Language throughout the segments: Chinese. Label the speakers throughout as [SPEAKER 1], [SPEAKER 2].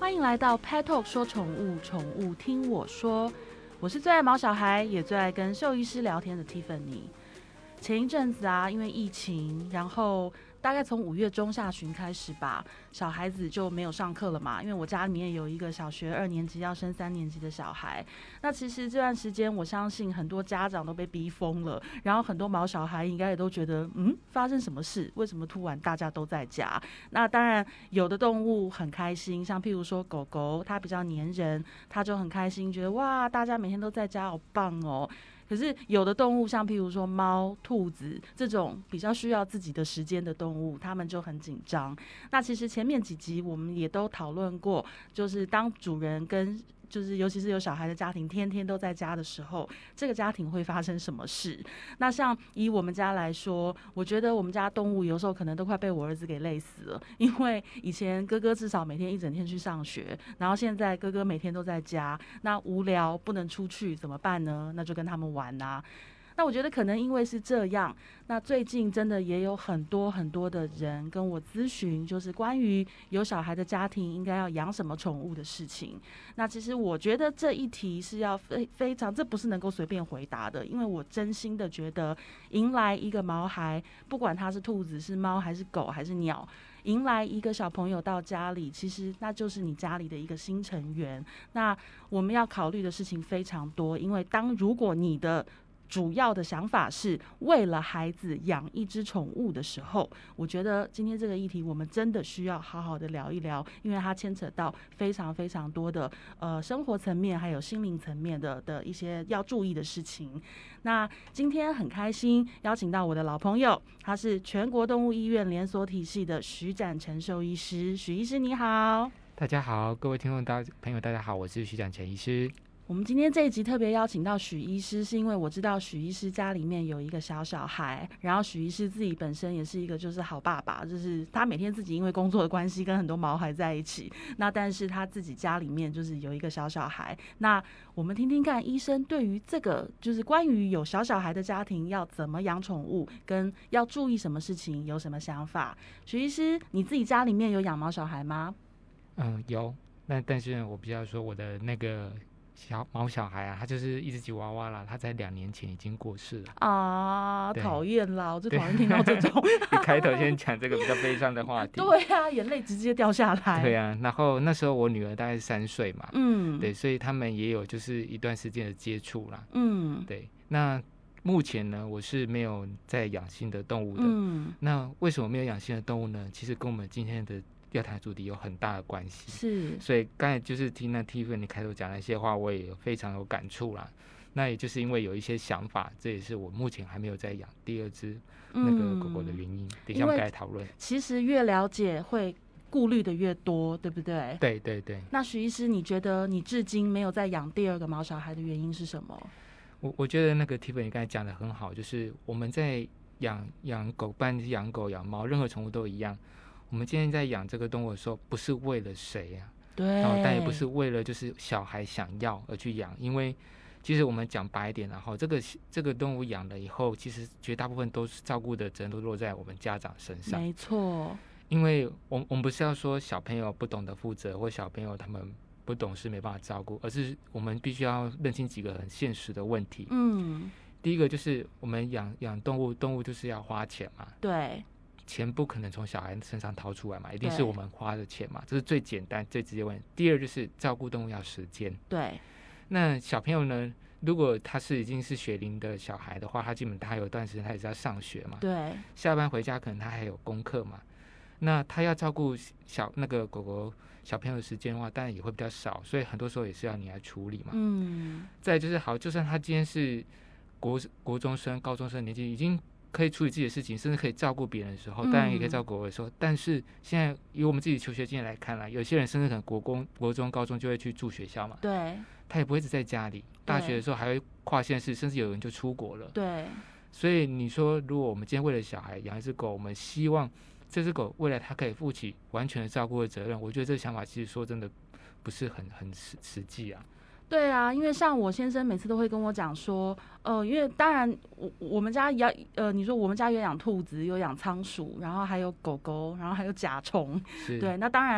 [SPEAKER 1] 欢迎来到 Pet Talk 说宠物，宠物听我说。我是最爱毛小孩，也最爱跟兽医师聊天的 Tiffany。前一阵子啊，因为疫情，然后大概从5月中下旬开始吧，小孩子就没有上课了嘛。因为我家里面有一个小学2年级要升3年级的小孩，那其实这段时间我相信很多家长都被逼疯了，然后很多毛小孩应该也都觉得，发生什么事？为什么突然大家都在家？那当然，有的动物很开心，像譬如说狗狗，它比较黏人，它就很开心，觉得哇，大家每天都在家，好棒哦。可是有的动物，像譬如说猫、兔子这种比较需要自己的时间的动物，它们就很紧张。那其实前面几集我们也都讨论过，就是当主人跟就是尤其是有小孩的家庭天天都在家的时候，这个家庭会发生什么事？那像以我们家来说，我觉得我们家动物有时候可能都快被我儿子给累死了，因为以前哥哥至少每天一整天去上学，然后现在哥哥每天都在家，那无聊不能出去怎么办呢？那就跟他们玩啊。那我觉得可能因为是这样，那最近真的也有很多很多的人跟我咨询，就是关于有小孩的家庭应该要养什么宠物的事情。那其实我觉得这一题是要非常，这不是能够随便回答的，因为我真心的觉得，迎来一个毛孩，不管他是兔子、是猫还是狗还是鸟，迎来一个小朋友到家里，其实那就是你家里的一个新成员。那我们要考虑的事情非常多，因为如果你的主要的想法是为了孩子养一只宠物的时候，我觉得今天这个议题我们真的需要好好的聊一聊，因为它牵扯到非常非常多的生活层面还有心灵层面的一些要注意的事情。那今天很开心邀请到我的老朋友，他是全国动物医院连锁体系的徐展成兽医师。许医师你好。
[SPEAKER 2] 大家好，各位听众朋友大家好，我是徐展成医师。
[SPEAKER 1] 我们今天这一集特别邀请到许医师，是因为我知道许医师家里面有一个小孩，然后许医师自己本身也是一个就是好爸爸，就是他每天自己因为工作的关系跟很多毛孩在一起，那但是他自己家里面就是有一个小孩。那我们听听看医生对于这个就是关于有小孩的家庭要怎么养宠物跟要注意什么事情有什么想法。许医师，你自己家里面有养毛小孩吗？
[SPEAKER 2] 有，但是我比较说我的那个毛小孩啊，他就是一只吉娃娃啦，他在2年前已经过世了
[SPEAKER 1] 啊，讨厌啦！我最讨厌听到这种。
[SPEAKER 2] 一开头先讲这个比较悲伤的话题。
[SPEAKER 1] 对啊，眼泪直接掉下来。
[SPEAKER 2] 对啊，然后那时候我女儿大概是3岁嘛，对，所以他们也有就是一段时间的接触啦，对。那目前呢，我是没有在养新的动物的，那为什么没有养新的动物呢？其实跟我们今天的要谈主题有很大的关系，
[SPEAKER 1] 是，
[SPEAKER 2] 所以刚才就是听那 Tiffany 开头讲那些话，我也非常有感触啦。那也就是因为有一些想法，这也是我目前还没有在养第2只那个狗狗的原因。等一下我们该讨论。
[SPEAKER 1] 其实越了解会顾虑的越多，对不对？
[SPEAKER 2] 对对对。
[SPEAKER 1] 那许医师，你觉得你至今没有在养第2个毛小孩的原因是什么？
[SPEAKER 2] 我觉得那个 Tiffany 刚才讲的很好，就是我们在养狗，不管是养狗养猫，任何宠物都一样。我们今天在养这个动物的时候，不是为了谁啊？
[SPEAKER 1] 对，
[SPEAKER 2] 但也不是为了就是小孩想要而去养，因为其实我们讲白一点，然后这个动物养了以后，其实绝大部分都是照顾的责任都落在我们家长身上。
[SPEAKER 1] 没错，
[SPEAKER 2] 因为我们不是要说小朋友不懂得负责，或小朋友他们不懂事没办法照顾，而是我们必须要认清几个很现实的问题。第一个就是我们养动物就是要花钱嘛。
[SPEAKER 1] 对。
[SPEAKER 2] 钱不可能从小孩身上掏出来嘛，一定是我们花的钱嘛，这是最简单最直接问题。第二就是照顾动物要时间。
[SPEAKER 1] 对。
[SPEAKER 2] 那小朋友呢，如果他已经是学龄的小孩的话，他基本他有一段时间他也是要上学嘛，
[SPEAKER 1] 对，
[SPEAKER 2] 下班回家可能他还有功课嘛，那他要照顾那个狗狗小朋友的时间的话，当然也会比较少，所以很多时候也是要你来处理嘛。再来就是好，就算他今天是国中生、高中生年纪，已经可以处理自己的事情，甚至可以照顾别人的时候，当然也可以照顾狗的时候，但是现在以我们自己求学经验来看啦，有些人甚至可能国中、高中就会去住学校嘛，
[SPEAKER 1] 对，
[SPEAKER 2] 他也不会一直在家里，大学的时候还会跨县市，甚至有人就出国了，
[SPEAKER 1] 对。
[SPEAKER 2] 所以你说，如果我们今天为了小孩养一只狗，我们希望这只狗未来它可以负起完全的照顾的责任，我觉得这个想法其实说真的不是很实际啊。
[SPEAKER 1] 对啊，因为像我先生每次都会跟我讲说，因为当然我们家也你说我们家有养兔子，有养仓鼠，然后还有狗狗，然后还有甲虫，对，那当然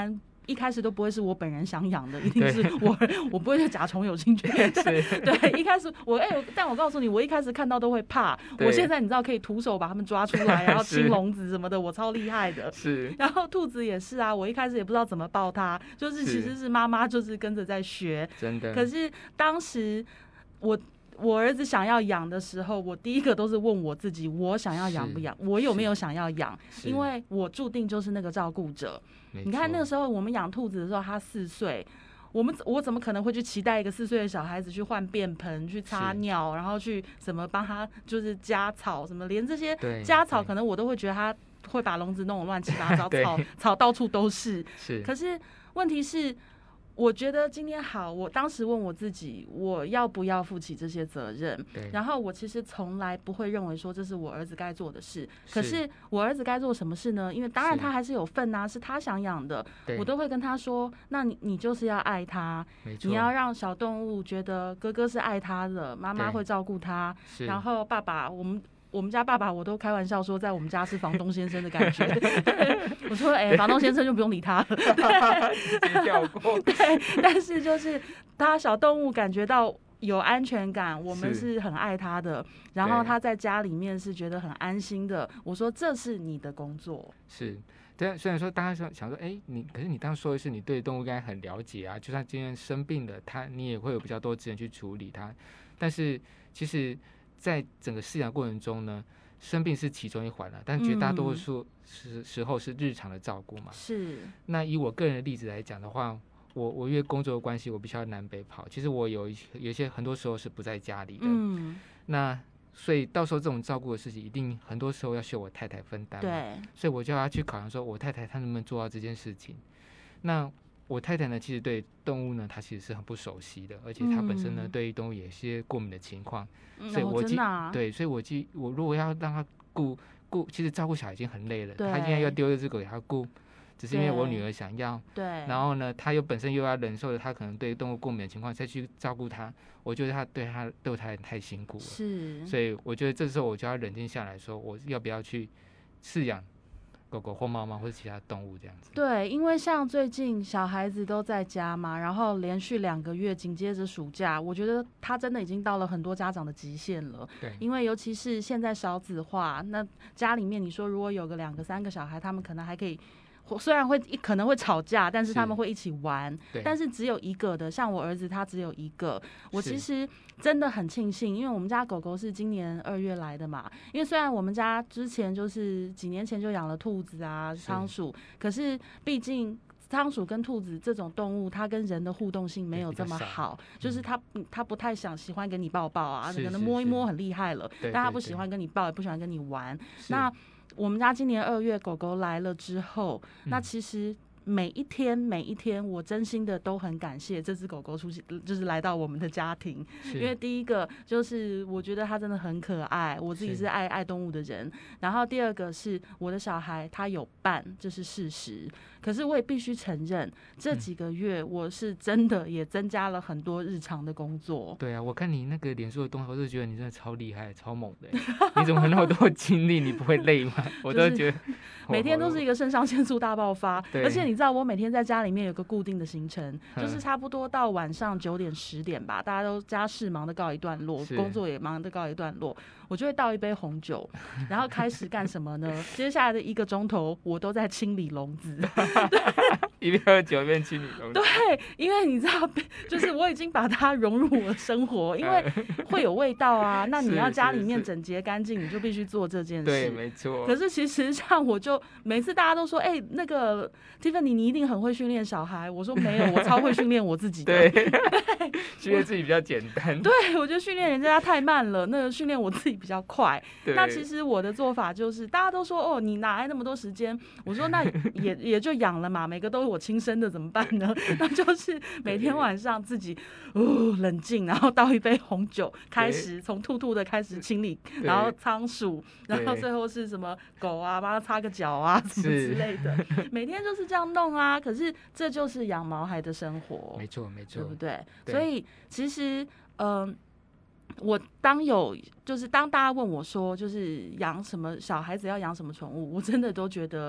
[SPEAKER 1] 一开始都不会是我本人想养的，一定是我不会对甲虫有兴趣。对，一开始但我告诉你，我一开始看到都会怕。我现在你知道可以徒手把它们抓出来，然后清笼子什么的，我超厉害的。
[SPEAKER 2] 是。
[SPEAKER 1] 然后兔子也是啊，我一开始也不知道怎么抱它，就是其实是妈妈就是跟着在学。
[SPEAKER 2] 真的。
[SPEAKER 1] 可是当时我儿子想要养的时候，我第一个都是问我自己，我想要养不养，我有没有想要养，因为我注定就是那个照顾者。你看那个时候我们养兔子的时候，他4岁，我怎么可能会去期待一个4岁的小孩子去换便盆、去擦尿，然后去什么帮他就是加草什么，连这些加草可能我都会觉得他会把笼子弄得乱七八糟，草到处都是。可是问题是，我觉得今天好，我当时问我自己，我要不要负起这些责任？然后我其实从来不会认为说这是我儿子该做的事。可是我儿子该做什么事呢？因为当然他还是有份啊，是他想养的，我都会跟他说，那你就是要爱他，你要让小动物觉得哥哥是爱他的，妈妈会照顾他，然后爸爸我们家爸爸，我都开玩笑说，在我们家是房东先生的感觉。我说，房东先生就不用理他了。对，但是就是他小动物感觉到有安全感，我们是很爱他的，然后他在家里面是觉得很安心的。我说，这是你的工作。
[SPEAKER 2] 是。对，虽然说大家想说，可是你刚刚说的是你对动物应该很了解啊，就算今天生病了，你也会有比较多资源去处理它。但是其实在整个饲养过程中呢，生病是其中一环了，但绝大多数时候是日常的照顾嘛。是。那以我个人的例子来讲的话，我因为工作的关系，我必须要南北跑。其实我有一些很多时候是不在家里的。那所以到时候这种照顾的事情，一定很多时候要需要我太太分担嘛。对。所以我就要去考量说，我太太她能不能做到这件事情。那我太太呢，其实对动物呢，她其实是很不熟悉的，而且她本身呢，对于动物有些过敏的情况。所以所以我如果要让她顾，其实照顾小孩已经很累了，她现在要丢一只狗给她顾。只是因为我女儿想要，然后呢，她本身又要忍受着她可能对动物过敏的情况，再去照顾她，我觉得对我太辛苦了。是，所以我觉得这时候我就要冷静下来说，我要不要去饲养狗狗或猫猫或者其他动物这样子。
[SPEAKER 1] 对，因为像最近小孩子都在家嘛，然后连续2个月紧接着暑假，我觉得他真的已经到了很多家长的极限了。对，因为尤其是现在少子化，那家里面你说如果有个2个3个小孩，他们可能还可以。虽然可能会吵架，但是他们会一起玩。但是只有一个的，像我儿子他只有一个。我其实真的很庆幸，因为我们家狗狗是今年2月来的嘛。因为虽然我们家之前就是几年前就养了兔子啊、仓鼠，可是毕竟仓鼠跟兔子这种动物，它跟人的互动性没有这么好，就是它不太喜欢跟你抱抱啊，可能摸一摸很厉害了，但它不喜欢跟你抱，也不喜欢跟你玩。那我们家今年2月狗狗来了之后，那其实每一天，我真心的都很感谢这只狗狗出现，就是来到我们的家庭。因为第一个就是我觉得它真的很可爱，我自己是爱动物的人。然后第二个是我的小孩他有伴，这是事实。可是我也必须承认，这几个月我是真的也增加了很多日常的工作。
[SPEAKER 2] 对啊，我看你那个脸书的动态，我就觉得你真的超厉害、超猛的。你怎么那么多精力？你不会累吗？我都觉得
[SPEAKER 1] 每天都是一个肾上腺素大爆发。而且你知道，我每天在家里面有个固定的行程，就是差不多到晚上9点10点吧，大家都家事忙得告一段落，工作也忙得告一段落，我就会倒一杯红酒，然后开始干什么呢？接下来的1个钟头，我都在清理笼子。
[SPEAKER 2] 一边喝酒一边清理笼子。
[SPEAKER 1] 对，因为你知道，就是我已经把它融入我的生活，因为会有味道啊。那你要家里面整洁干净，你就必须做这件事。
[SPEAKER 2] 对，没错。
[SPEAKER 1] 可是其实像我就每次大家都说，那个 Tiffany 你一定很会训练小孩。我说没有，我超会训练我自己的。
[SPEAKER 2] 对，训练自己比较简单。
[SPEAKER 1] 对，我觉得训练人家太慢了，那个训练我自己比较快。那其实我的做法就是，大家都说你哪来那么多时间？我说那也就养了嘛，每个都是我亲生的，怎么办呢？那就是每天晚上自己冷静，然后倒一杯红酒，开始从兔的开始清理，然后仓鼠，然后最后是什么狗啊，帮它擦个脚啊，什么之类的。每天就是这样弄啊。可是这就是养毛孩的生活，
[SPEAKER 2] 没错，
[SPEAKER 1] 对不对？所以其实我当大家问我说，就是养什么小孩子要养什么宠物，我真的都觉得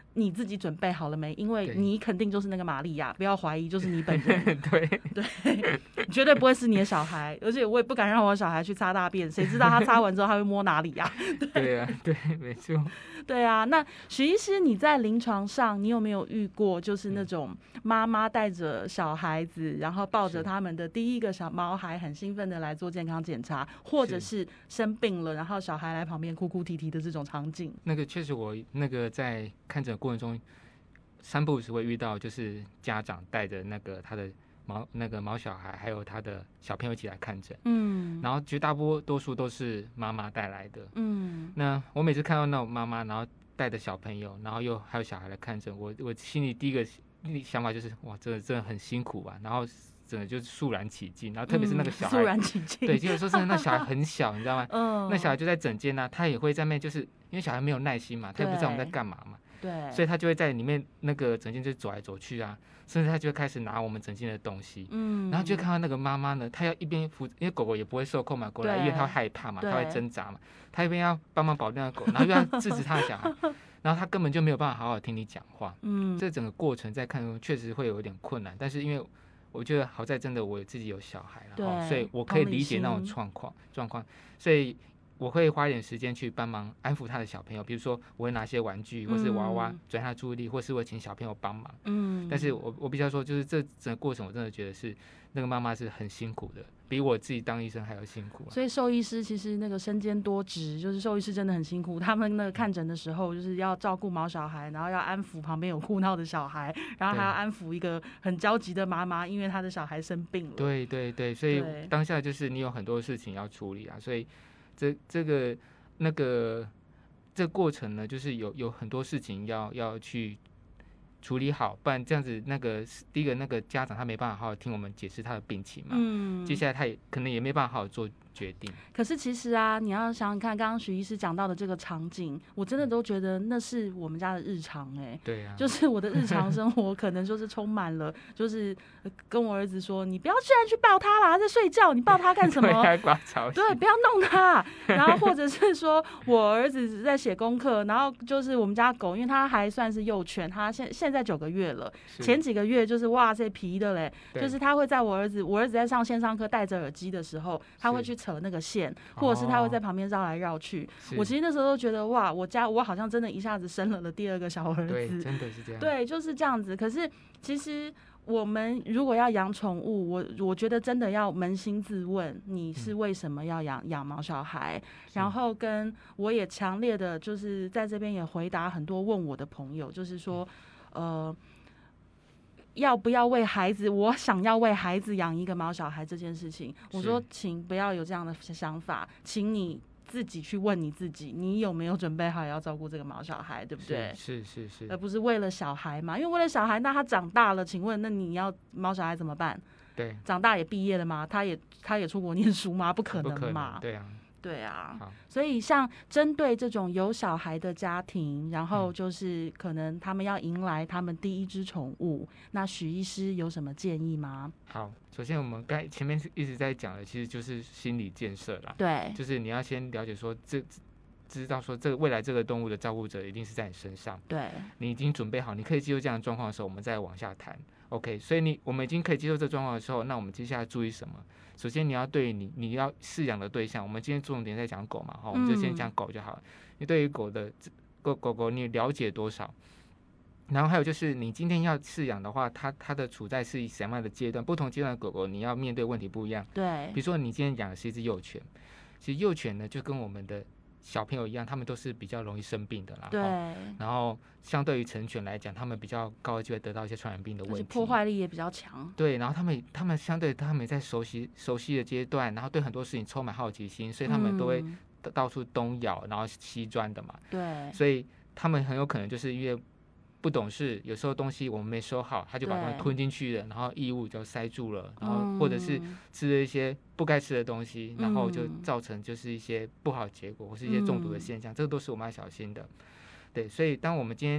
[SPEAKER 1] 你自己准备好了没？因为你肯定就是那个玛利亚，不要怀疑就是你本人。对，绝对不会是你的小孩，而且我也不敢让我小孩去擦大便，谁知道他擦完之后他会摸哪里啊？
[SPEAKER 2] 对啊，对，没错。
[SPEAKER 1] 对啊，那许医师，你在临床上，你有没有遇过就是那种妈妈带着小孩子，然后抱着他们的第一个小毛孩，很兴奋的来做健康检查，或者是生病了，然后小孩来旁边哭哭啼啼的这种场景？
[SPEAKER 2] 那个确实，我那个在看诊过程中，三不五时会遇到，就是家长带着那个他的毛小孩，还有他的小朋友一起来看诊。然后绝大多数都是妈妈带来的。那我每次看到那种妈妈，然后带着小朋友，然后又还有小孩来看诊，我心里第一个想法就是，哇，真的很辛苦啊。然后真的就是肃然起敬，然后特别是那个小孩，
[SPEAKER 1] 肃然起敬。
[SPEAKER 2] 对，就是说真的，那小孩很小，你知道吗？那小孩就在诊间啊，他也会在那边，就是因为小孩没有耐心嘛，他也不知道我们在干嘛嘛。
[SPEAKER 1] 对，
[SPEAKER 2] 所以他就会在里面那个诊间就走来走去啊，甚至他就会开始拿我们诊间的东西，然后就会看到那个妈妈呢，她要一边扶，因为狗狗也不会受控嘛，狗来医院它会害怕嘛，它会挣扎嘛，她一边要帮忙保护那个狗，然后又要制止他的小孩，然后他根本就没有办法好好听你讲话。这整个过程在看中确实会有一点困难，但是因为我觉得好在真的我自己有小孩了，所以我可以理解那种状况，所以我会花一点时间去帮忙安抚他的小朋友，比如说我会拿些玩具或是娃娃转移他的注意力，或是我请小朋友帮忙。但是我必须要说，就是这整个过程我真的觉得是那个妈妈是很辛苦的，比我自己当医生还要辛苦。
[SPEAKER 1] 所以兽医师其实那个身兼多职，就是兽医师真的很辛苦。他们那个看诊的时候，就是要照顾毛小孩，然后要安抚旁边有哭闹的小孩，然后还要安抚一个很焦急的妈妈，因为他的小孩生病了。
[SPEAKER 2] 对，所以当下就是你有很多事情要处理啊，所以这个过程呢，就是有很多事情要去处理好，不然这样子第一个那个家长他没办法好好听我们解释他的病情嘛，接下来他也可能也没办法好好做决定。
[SPEAKER 1] 可是其实啊，你要想想看，刚刚许医师讲到的这个场景，我真的都觉得那是我们家的日常
[SPEAKER 2] 对啊，
[SPEAKER 1] 就是我的日常生活可能就是充满了，就是跟我儿子说，你不要居然去抱他啦，他在睡觉，你抱他干什么？对，不要弄他。然后或者是说我儿子在写功课，然后就是我们家狗，因为他还算是幼犬，他现在9个月了，前几个月就是哇这皮的嘞，就是他会在我儿子在上线上课戴着耳机的时候，他会去扯那个线，或者是他会在旁边绕来绕去。我其实那时候都觉得哇，我好像真的一下子生了第二个小儿子。
[SPEAKER 2] 对，真的是这样。
[SPEAKER 1] 对，就是这样子。可是其实我们如果要养宠物，我觉得真的要扪心自问，你是为什么要养毛小孩？然后跟我也强烈的就是在这边也回答很多问我的朋友，就是说要不要为孩子？我想要为孩子养一个毛小孩这件事情，我说请不要有这样的想法，请你自己去问你自己，你有没有准备好要照顾这个毛小孩，对不对？
[SPEAKER 2] 是，
[SPEAKER 1] 而不是为了小孩嘛，因为为了小孩，那他长大了，请问那你要毛小孩怎么办？
[SPEAKER 2] 对，
[SPEAKER 1] 长大也毕业了吗？他也出国念书吗？不可能嘛。
[SPEAKER 2] 对啊，
[SPEAKER 1] 所以像针对这种有小孩的家庭，然后就是可能他们要迎来他们第一只宠物，那许医师有什么建议吗？
[SPEAKER 2] 好，首先我们前面一直在讲的，其实就是心理建设啦。
[SPEAKER 1] 对，
[SPEAKER 2] 就是你要先了解说知道说未来这个动物的照顾者一定是在你身上。
[SPEAKER 1] 对，
[SPEAKER 2] 你已经准备好，你可以接受这样的状况的时候，我们再往下谈。OK， 所以我们已经可以接受这个状况的时候，那我们接下来注意什么？首先你要对你要饲养的对象，我们今天重点在讲狗嘛，我们就先讲狗就好了。你对于狗你了解多少？然后还有就是你今天要饲养的话，它的处在是什么样的阶段？不同阶段的狗狗你要面对问题不一样。
[SPEAKER 1] 对，
[SPEAKER 2] 比如说你今天养的是一只幼犬，其实幼犬呢就跟我们的小朋友一样，他们都是比较容易生病的啦。
[SPEAKER 1] 对。
[SPEAKER 2] 然后相对于成犬来讲，他们比较高的机会得到一些传染病的问题，
[SPEAKER 1] 破坏力也比较强。
[SPEAKER 2] 对，然后他们相对他们在熟悉的阶段，然后对很多事情充满好奇心，所以他们都会到处东咬，然后西钻的嘛。
[SPEAKER 1] 对。
[SPEAKER 2] 所以他们很有可能就是因为不懂事，有时候东西我们没收好，他就把它们吞进去了，然后异物就塞住了，然后或者是吃了一些不该吃的东西，然后就造成就是一些不好的结果或是一些中毒的现象，这个都是我们要小心的。对，所以当我们今天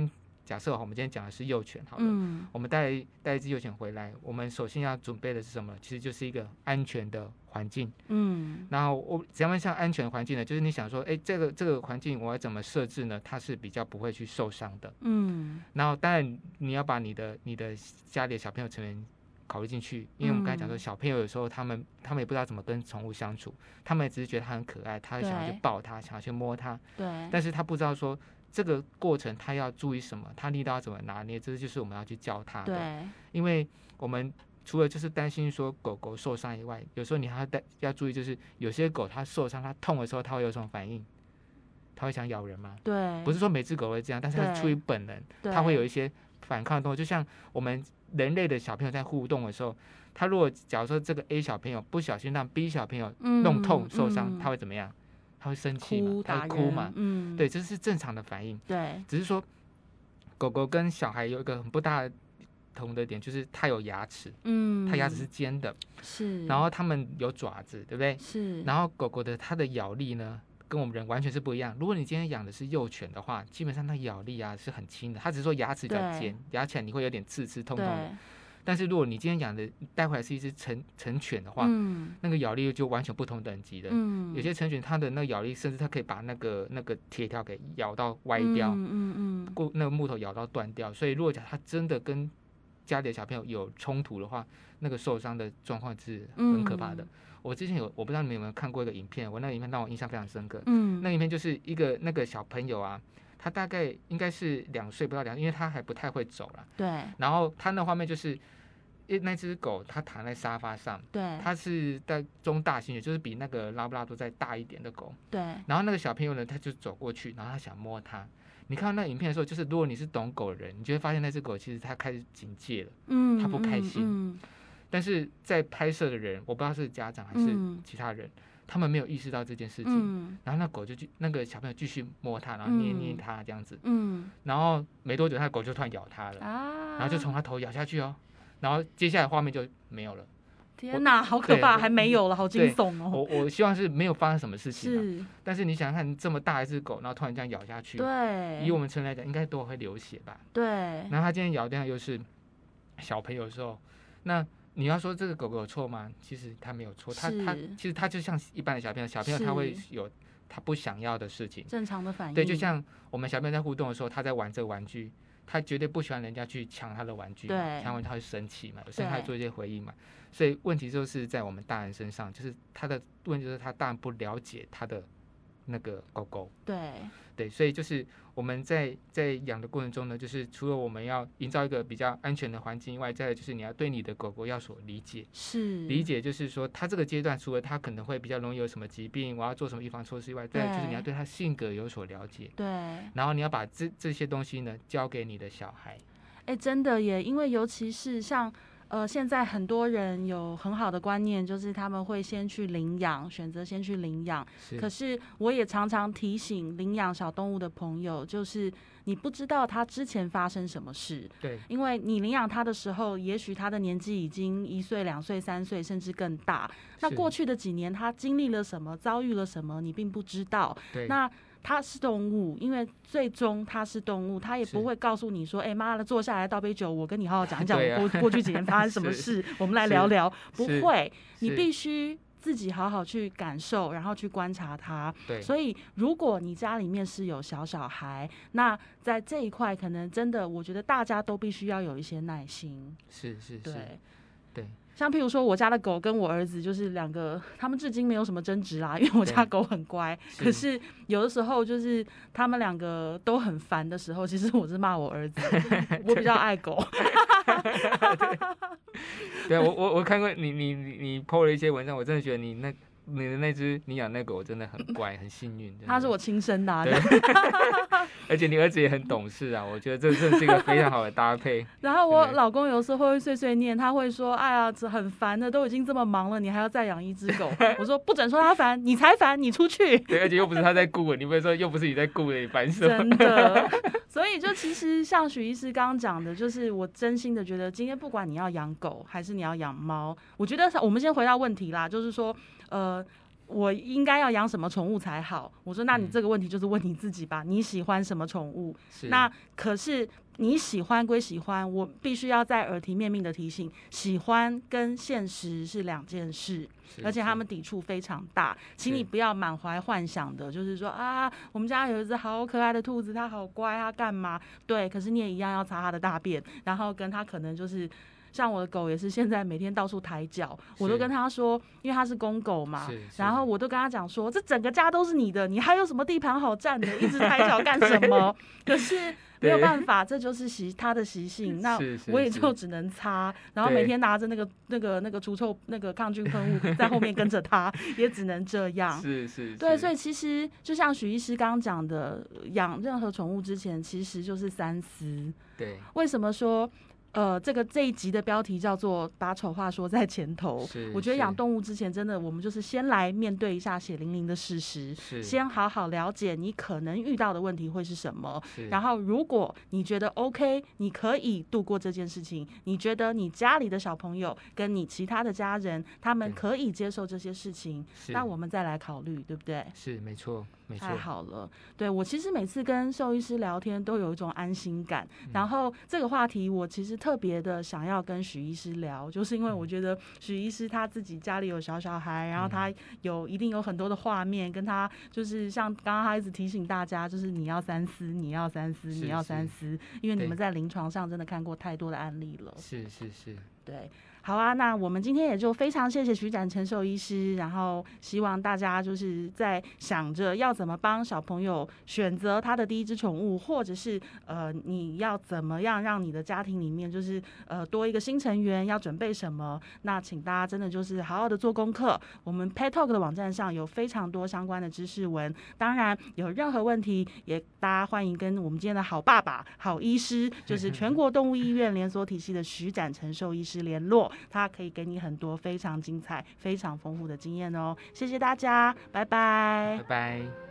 [SPEAKER 2] 假设我们今天讲的是幼犬好了，我们带一只幼犬回来，我们首先要准备的是什么？其实就是一个安全的环境。然后我怎样像安全的环境呢？就是你想说，这个环境我要怎么设置呢？它是比较不会去受伤的。然后当然你要把你的家里的小朋友成员考虑进去，因为我们刚才讲说，小朋友有时候他们也不知道怎么跟宠物相处，他们也只是觉得它很可爱，他想要去抱它，想要去摸它，但是他不知道说这个过程他要注意什么，他力道要怎么拿捏，这就是我们要去教他的。因为我们除了就是担心说狗狗受伤以外，有时候你还要注意，就是有些狗它受伤，它痛的时候，它会有什么反应？它会想咬人吗？不是说每只狗会这样，但是它是出于本能，它会有一些反抗的动作。就像我们人类的小朋友在互动的时候，他如果假如说这个 A 小朋友不小心让 B 小朋友弄痛受伤，他会怎么样？他会生气嘛？他会哭嘛？对，这是正常的反应。只是说狗狗跟小孩有一个很不大的同的点，就是它有牙齿，它牙齿是尖的，然后它们有爪子，对不对？然后狗狗的它的咬力呢，跟我们人完全是不一样。如果你今天养的是幼犬的话，基本上它咬力啊是很轻的，它只是说牙齿比较尖，咬起来你会有点刺痛的。但是如果你今天养的带回来是一只成犬的话，那个咬力就完全不同等级的。有些成犬它的那个咬力，甚至它可以把那个铁条给咬到歪掉，那个木头咬到断掉。所以如果假如它真的跟家里的小朋友有冲突的话，那个受伤的状况是很可怕的。我之前我不知道你们有没有看过一个影片，我那个影片让我印象非常深刻。那个影片就是那个小朋友啊，他大概应该是2岁不到2岁，因为他还不太会走了。然后他那画面就是那只狗，它躺在沙发上，它是在中大型的，就是比那个拉布拉多再大一点的狗。然后那个小朋友呢，他就走过去，然后他想摸它。你看到那影片的时候，就是如果你是懂狗的人，你就会发现那只狗其实它开始警戒了，它不开心。但是在拍摄的人，我不知道是家长还是其他人，他们没有意识到这件事情。然后那个小朋友继续摸它，然后捏捏它这样子。然后没多久，那狗就突然咬它了，然后就从它头咬下去哦。然后接下来画面就没有了。
[SPEAKER 1] 天哪，好可怕！还没有了，好惊悚哦。
[SPEAKER 2] 我希望是没有发生什么事情，但是你想想看，这么大一只狗，然后突然这样咬下去，以我们成人来讲，应该都会流血吧？然后它今天咬掉又是小朋友的时候，那你要说这个狗狗有错吗？其实它没有错，其实它就像一般的小朋友，他会有他不想要的事情，
[SPEAKER 1] 正常的反应。
[SPEAKER 2] 对，就像我们小朋友在互动的时候，他在玩这个玩具。他绝对不喜欢人家去抢他的玩具，抢完他会生气嘛，有时候他会做一些回应嘛，所以问题就是在我们大人身上，就是他的问题就是他大人不了解他的那个狗狗，对，所以就是我们在养的过程中呢，就是除了我们要营造一个比较安全的环境以外，再来就是你要对你的狗狗要所理解，理解就是说他这个阶段除了他可能会比较容易有什么疾病，我要做什么预防措施以外，再来就是你要对他性格有所了解，然后你要把这些东西呢交给你的小孩。
[SPEAKER 1] 真的耶，因为尤其是像现在很多人有很好的观念，就是他们会先去领养，选择先去领养。可是我也常常提醒领养小动物的朋友，就是你不知道他之前发生什么事。因为你领养他的时候，也许他的年纪已经1岁、2岁、3岁，甚至更大。那过去的几年他经历了什么，遭遇了什么，你并不知道。那它是动物，因为最终它是动物，它也不会告诉你说，妈的，坐下来倒杯酒，我跟你好好讲讲我过去几年发生什么事，我们来聊聊。不会，你必须自己好好去感受，然后去观察它。所以如果你家里面是有小孩，那在这一块可能真的，我觉得大家都必须要有一些耐心。对。像譬如说我家的狗跟我儿子就是2个，他们至今没有什么争执啦，因为我家狗很乖。可是有的时候就是他们2个都很烦的时候，其实我是骂我儿子，我比较爱狗。
[SPEAKER 2] 对，我看过你 po 了一些文章，我真的觉得你的那只你养那狗真的很乖，很幸运。
[SPEAKER 1] 它是我亲生的，
[SPEAKER 2] 而且你儿子也很懂事啊，我觉得这真的是一个非常好的搭配。
[SPEAKER 1] 然后我老公有时候会碎碎念，他会说：“哎呀，这很烦的，都已经这么忙了，你还要再养一只狗。”我说：“不准说他烦，你才烦，你出去。”
[SPEAKER 2] 对，而且又不是他在顾，你不会说又不是你在顾的，你烦什么？
[SPEAKER 1] 真的。所以就其实像许医师刚刚讲的，就是我真心的觉得，今天不管你要养狗还是你要养猫，我觉得我们先回到问题啦，就是说我应该要养什么宠物才好？我说那你这个问题就是问你自己吧，你喜欢什么宠物？那可是你喜欢归喜欢，我必须要在耳提面命的提醒，喜欢跟现实是两件事，而且他们抵触非常大，请你不要满怀幻想的，就是说啊，我们家有一只好可爱的兔子，它好乖，它干嘛？对，可是你也一样要擦它的大便，然后跟它可能就是像我的狗也是现在每天到处抬脚，我都跟他说，因为他是公狗嘛，然后我都跟他讲说，这整个家都是你的，你还有什么地盘好占的？一直抬脚干什么？可是没有办法，这就是他的习性。那我也就只能擦，然后每天拿着那个除臭那个抗菌喷雾在后面跟着他，也只能这样。对，所以其实就像许医师刚刚讲的，养任何宠物之前，其实就是三思。
[SPEAKER 2] 对，
[SPEAKER 1] 为什么说？这一集的标题叫做把丑话说在前头。我觉得养动物之前，真的我们就是先来面对一下血淋淋的事实，先好好了解你可能遇到的问题会是什么。然后，如果你觉得 OK， 你可以度过这件事情，你觉得你家里的小朋友跟你其他的家人，他们可以接受这些事情，那我们再来考虑，对不对？
[SPEAKER 2] 是，没错，没错。
[SPEAKER 1] 太好了，对，我其实每次跟兽医师聊天都有一种安心感。然后这个话题，我其实特别的想要跟许医师聊，就是因为我觉得许医师他自己家里有小孩，然后他一定有很多的画面，跟他就是像刚刚他一直提醒大家，就是你要三思，你要三思，你要三思，因为你们在临床上真的看过太多的案例了。
[SPEAKER 2] 是，
[SPEAKER 1] 对。好啊，那我们今天也就非常谢谢许展成兽医师，然后希望大家就是在想着要怎么帮小朋友选择他的第一只宠物，或者是你要怎么样让你的家庭里面就是多一个新成员，要准备什么，那请大家真的就是好好的做功课。我们 Pet Talk 的网站上有非常多相关的知识文，当然有任何问题也大家欢迎跟我们今天的好爸爸、好医师，就是全国动物医院连锁体系的许展成兽医师联络。他可以给你很多非常精彩、非常丰富的经验哦。谢谢大家，拜拜，
[SPEAKER 2] 拜拜。